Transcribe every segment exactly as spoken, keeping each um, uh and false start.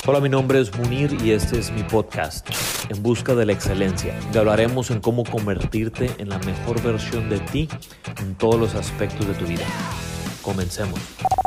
Hola, mi nombre es Munir y este es mi podcast, En Busca de la Excelencia. Te hablaremos en cómo convertirte en la mejor versión de ti en todos los aspectos de tu vida. Comencemos.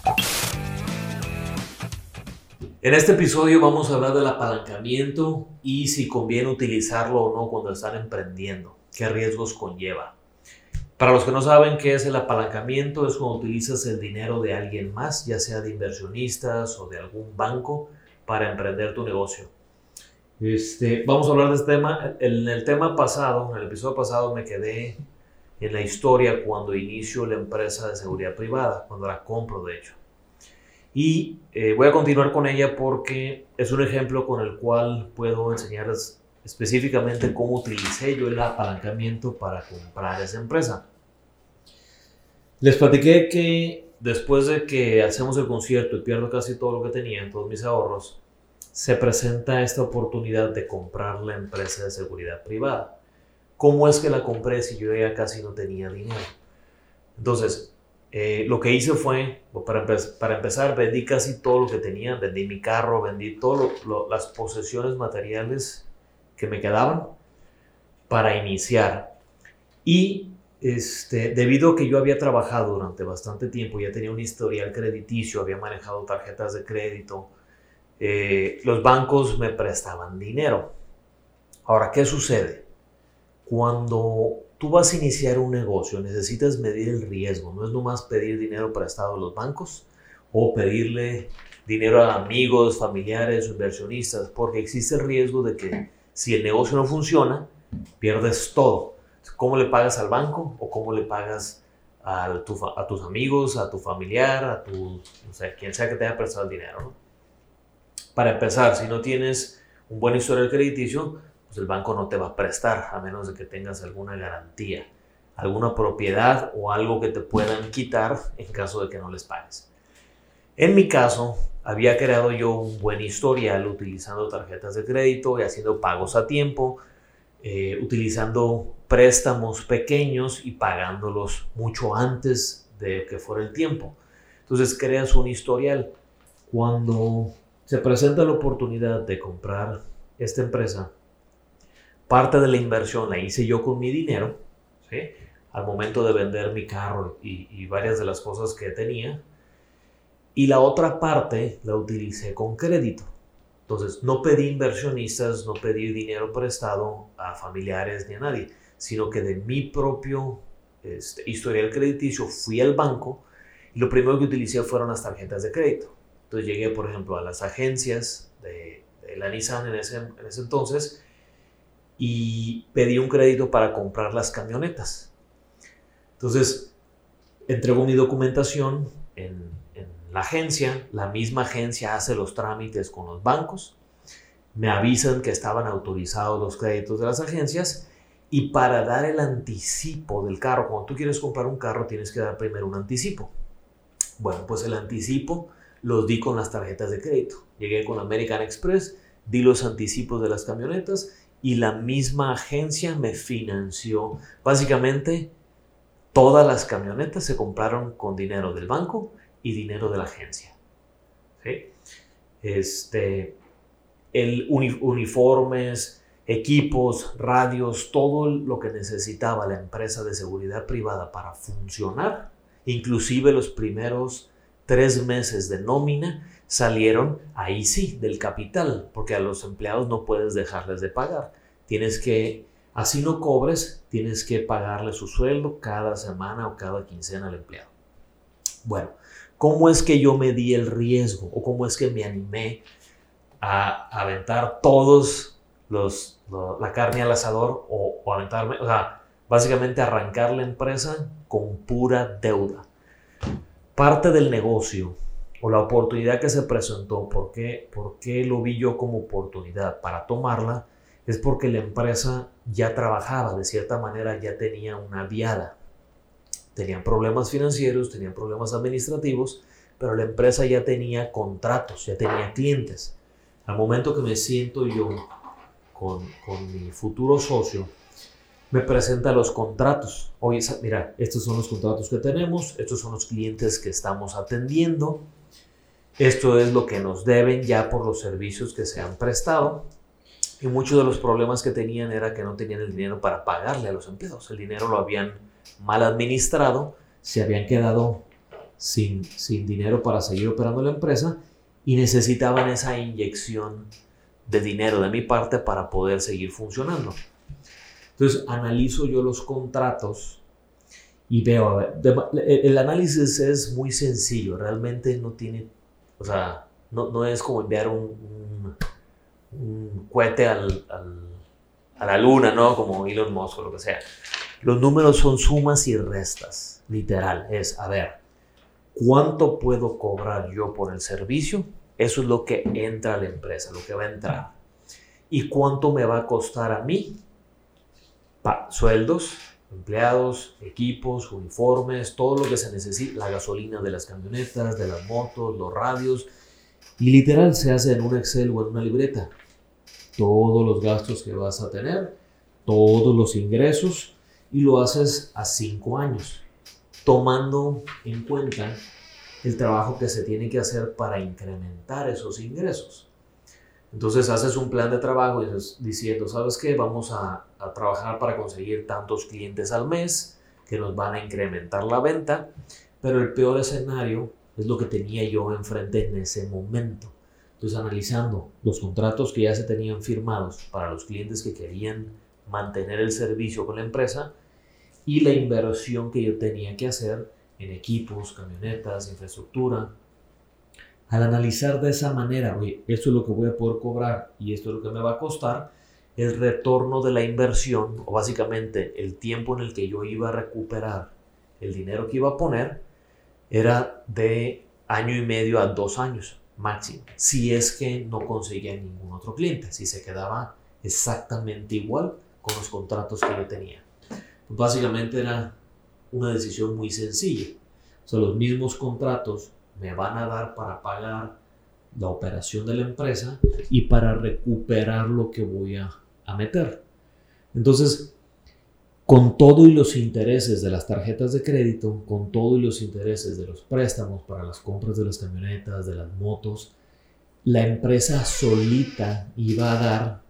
En este episodio vamos a hablar del apalancamiento y si conviene utilizarlo o no cuando están emprendiendo, qué riesgos conlleva. Para los que no saben qué es el apalancamiento, es cuando utilizas el dinero de alguien más, ya sea de inversionistas o de algún banco, para emprender tu negocio. Este, vamos a hablar de este tema. En el tema pasado, en el episodio pasado, me quedé en la historia cuando inicio la empresa de seguridad privada, cuando la compro de hecho. Y eh, voy a continuar con ella porque es un ejemplo con el cual puedo enseñarles específicamente cómo utilicé yo el apalancamiento para comprar esa empresa. Les platiqué que después de que hacemos el concierto y pierdo casi todo lo que tenía, todos mis ahorros, se presenta esta oportunidad de comprar la empresa de seguridad privada. ¿Cómo es que la compré si yo ya casi no tenía dinero? Entonces, eh, lo que hice fue, para, empe- para empezar, vendí casi todo lo que tenía. Vendí mi carro, vendí todas las posesiones materiales que me quedaban para iniciar. Y este, debido a que yo había trabajado durante bastante tiempo, ya tenía un historial crediticio, había manejado tarjetas de crédito, eh, los bancos me prestaban dinero. Ahora, ¿qué sucede? Cuando tú vas a iniciar un negocio, necesitas medir el riesgo. No es nomás pedir dinero prestado a los bancos o pedirle dinero a amigos, familiares o inversionistas, porque existe el riesgo de que si el negocio no funciona, pierdes todo. ¿Cómo le pagas al banco o cómo le pagas a, tu, a tus amigos, a tu familiar, a tu, o sea, quien sea que te haya prestado el dinero, ¿no? Para empezar, si no tienes un buen historial crediticio, pues el banco no te va a prestar a menos de que tengas alguna garantía, alguna propiedad o algo que te puedan quitar en caso de que no les pagues. En mi caso, había creado yo un buen historial utilizando tarjetas de crédito y haciendo pagos a tiempo, eh, utilizando préstamos pequeños y pagándolos mucho antes de que fuera el tiempo. Entonces creas un historial. Cuando se presenta la oportunidad de comprar esta empresa, parte de la inversión la hice yo con mi dinero, ¿sí? Al momento de vender mi carro y, y varias de las cosas que tenía, y la otra parte la utilicé con crédito. Entonces no pedí inversionistas, no pedí dinero prestado a familiares ni a nadie, sino que de mi propio este, historial crediticio fui al banco y lo primero que utilicé fueron las tarjetas de crédito. Entonces llegué, por ejemplo, a las agencias de, de la Nissan en ese, en ese entonces y pedí un crédito para comprar las camionetas. Entonces entrego mi documentación en, en la agencia, la misma agencia hace los trámites con los bancos, me avisan que estaban autorizados los créditos de las agencias y para dar el anticipo del carro, cuando tú quieres comprar un carro tienes que dar primero un anticipo. Bueno, pues el anticipo los di con las tarjetas de crédito. Llegué con American Express, di los anticipos de las camionetas y la misma agencia me financió. Básicamente, todas las camionetas se compraron con dinero del banco y dinero de la agencia. ¿Sí? Este, el uni- uniformes, equipos, radios, todo lo que necesitaba la empresa de seguridad privada para funcionar, inclusive los primeros tres meses de nómina salieron ahí sí del capital, porque a los empleados no puedes dejarles de pagar. Tienes que, así no cobres, tienes que pagarle su sueldo cada semana o cada quincena al empleado. Bueno, ¿cómo es que yo me di el riesgo o cómo es que me animé a aventar todos los, lo, la carne al asador o, o aventarme, o sea, básicamente arrancar la empresa con pura deuda? Parte del negocio o la oportunidad que se presentó, ¿por qué, por qué lo vi yo como oportunidad para tomarla? Es porque la empresa ya trabajaba, de cierta manera ya tenía una viada. Tenían problemas financieros, tenían problemas administrativos, pero la empresa ya tenía contratos, ya tenía clientes. Al momento que me siento yo con, con mi futuro socio, me presenta los contratos. Oye, mira, estos son los contratos que tenemos, estos son los clientes que estamos atendiendo Esto es lo que nos deben ya por los servicios que se han prestado. Y muchos de los problemas que tenían era que no tenían el dinero para pagarle a los empleados. El dinero lo habían mal administrado, se habían quedado sin, sin dinero para seguir operando la empresa y necesitaban esa inyección de dinero de mi parte para poder seguir funcionando. Entonces analizo yo los contratos y veo, a ver, de, el análisis es muy sencillo, realmente no tiene, o sea, no, no es como enviar un, un, un cohete al, al, a la luna, ¿no? Como Elon Musk o lo que sea. Los números son sumas y restas, literal, es, a ver, ¿cuánto puedo cobrar yo por el servicio? Eso es lo que entra a la empresa, lo que va a entrar. ¿Y cuánto me va a costar a mí? Pa, sueldos, empleados, equipos, uniformes, todo lo que se necesita, la gasolina de las camionetas, de las motos, los radios, y literal se hace en un Excel o en una libreta. Todos los gastos que vas a tener, todos los ingresos, y lo haces a cinco años, tomando en cuenta el trabajo que se tiene que hacer para incrementar esos ingresos. Entonces haces un plan de trabajo y dices, diciendo, ¿sabes qué? Vamos a, a trabajar para conseguir tantos clientes al mes que nos van a incrementar la venta, pero el peor escenario es lo que tenía yo enfrente en ese momento. Entonces analizando los contratos que ya se tenían firmados para los clientes que querían mantener el servicio con la empresa y la inversión que yo tenía que hacer en equipos, camionetas, infraestructura. Al analizar de esa manera, oye, esto es lo que voy a poder cobrar y esto es lo que me va a costar, el retorno de la inversión, o básicamente el tiempo en el que yo iba a recuperar el dinero que iba a poner, era de año y medio a dos años máximo, si es que no conseguía ningún otro cliente, si se quedaba exactamente igual con los contratos que yo tenía. Pues básicamente era una decisión muy sencilla. O sea, los mismos contratos me van a dar para pagar la operación de la empresa y para recuperar lo que voy a, a meter. Entonces, con todo y los intereses de las tarjetas de crédito, con todo y los intereses de los préstamos para las compras de las camionetas, de las motos, la empresa solita iba a dar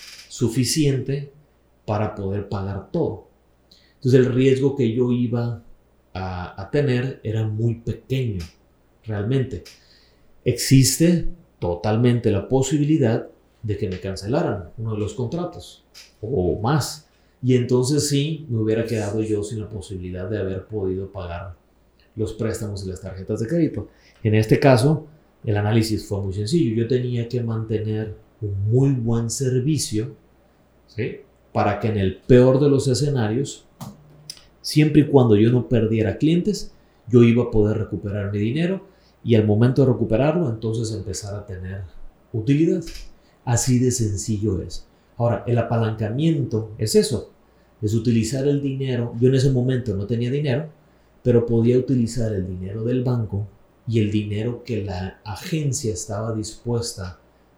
suficiente para poder pagar todo. Entonces, el riesgo que yo iba a, a tener era muy pequeño. Realmente existe totalmente la posibilidad de que me cancelaran uno de los contratos o más, y entonces sí me hubiera quedado yo sin la posibilidad de haber podido pagar los préstamos y las tarjetas de crédito. En este caso el análisis fue muy sencillo. Yo tenía que mantener un muy buen servicio, ¿sí?, para que en el peor de los escenarios, siempre y cuando yo no perdiera clientes, yo iba a poder recuperar mi dinero y al momento de recuperarlo, entonces empezar a tener utilidad. Así de sencillo es. Ahora, el apalancamiento es eso, es utilizar el dinero. Yo en ese momento no tenía dinero, pero podía utilizar el dinero del banco y el dinero que la agencia estaba dispuesta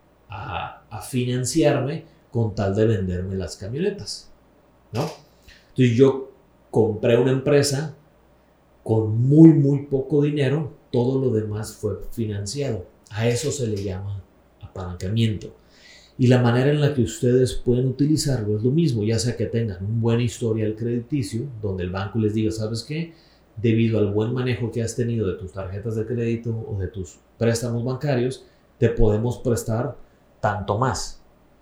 a, a financiarme con tal de venderme las camionetas, ¿no? Entonces yo compré una empresa con muy, muy poco dinero, todo lo demás fue financiado. A eso se le llama apalancamiento. Y la manera en la que ustedes pueden utilizarlo es lo mismo, ya sea que tengan un buen historial crediticio, donde el banco les diga, ¿sabes qué? Debido al buen manejo que has tenido de tus tarjetas de crédito o de tus préstamos bancarios, te podemos prestar tanto más.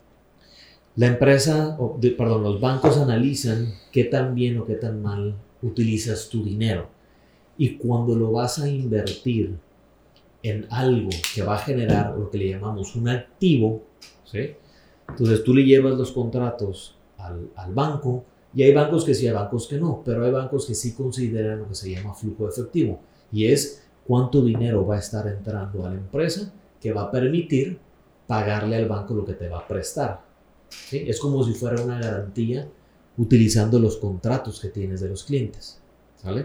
La empresa, o de, perdón, los bancos analizan qué tan bien o qué tan mal utilizas tu dinero. Y cuando lo vas a invertir en algo que va a generar lo que le llamamos un activo, ¿sí?, entonces tú le llevas los contratos al, al banco, y hay bancos que sí, hay bancos que no, pero hay bancos que sí consideran lo que se llama flujo efectivo, y es cuánto dinero va a estar entrando a la empresa que va a permitir pagarle al banco lo que te va a prestar, ¿sí? Es como si fuera una garantía utilizando los contratos que tienes de los clientes, ¿sale?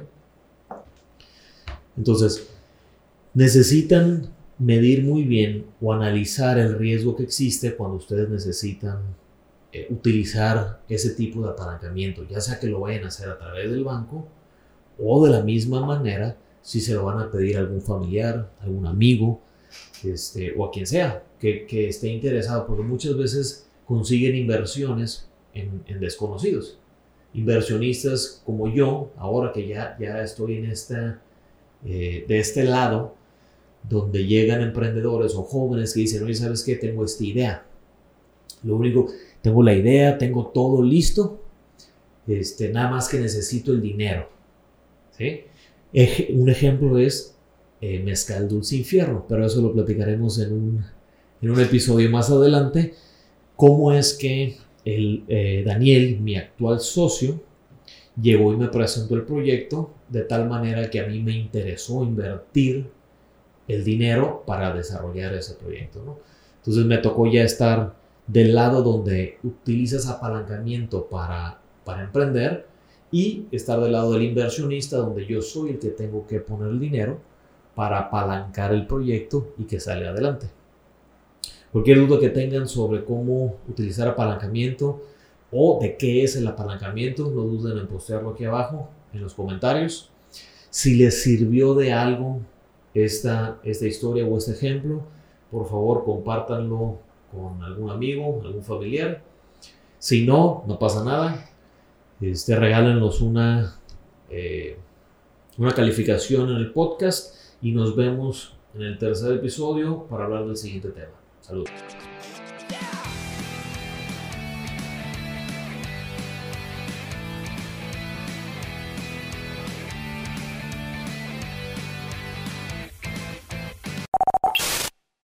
Entonces, necesitan medir muy bien o analizar el riesgo que existe cuando ustedes necesitan eh, utilizar ese tipo de apalancamiento, ya sea que lo vayan a hacer a través del banco o de la misma manera si se lo van a pedir a algún familiar, algún amigo, este, o a quien sea que, que esté interesado, porque muchas veces consiguen inversiones en, en desconocidos. Inversionistas como yo, ahora que ya, ya estoy en esta, eh, de este lado, donde llegan emprendedores o jóvenes que dicen, oye, ¿sabes qué? Tengo esta idea. Lo único, tengo la idea, tengo todo listo, este, nada más que necesito el dinero. ¿Sí? Eje, un ejemplo es eh, Mezcal Dulce Infierno, pero eso lo platicaremos en un, en un episodio más adelante. Cómo es que el, eh, Daniel, mi actual socio, llegó y me presentó el proyecto de tal manera que a mí me interesó invertir el dinero para desarrollar ese proyecto, ¿no? Entonces me tocó ya estar del lado donde utilizas apalancamiento para, para emprender y estar del lado del inversionista donde yo soy el que tengo que poner el dinero para apalancar el proyecto y que salga adelante. Cualquier duda que tengan sobre cómo utilizar apalancamiento o de qué es el apalancamiento, no duden en postearlo aquí abajo en los comentarios. Si les sirvió de algo esta, esta historia o este ejemplo, por favor compártanlo con algún amigo, algún familiar. Si no, no pasa nada. Este, regálenos una, eh, una calificación en el podcast y nos vemos en el tercer episodio para hablar del siguiente tema. Saludos.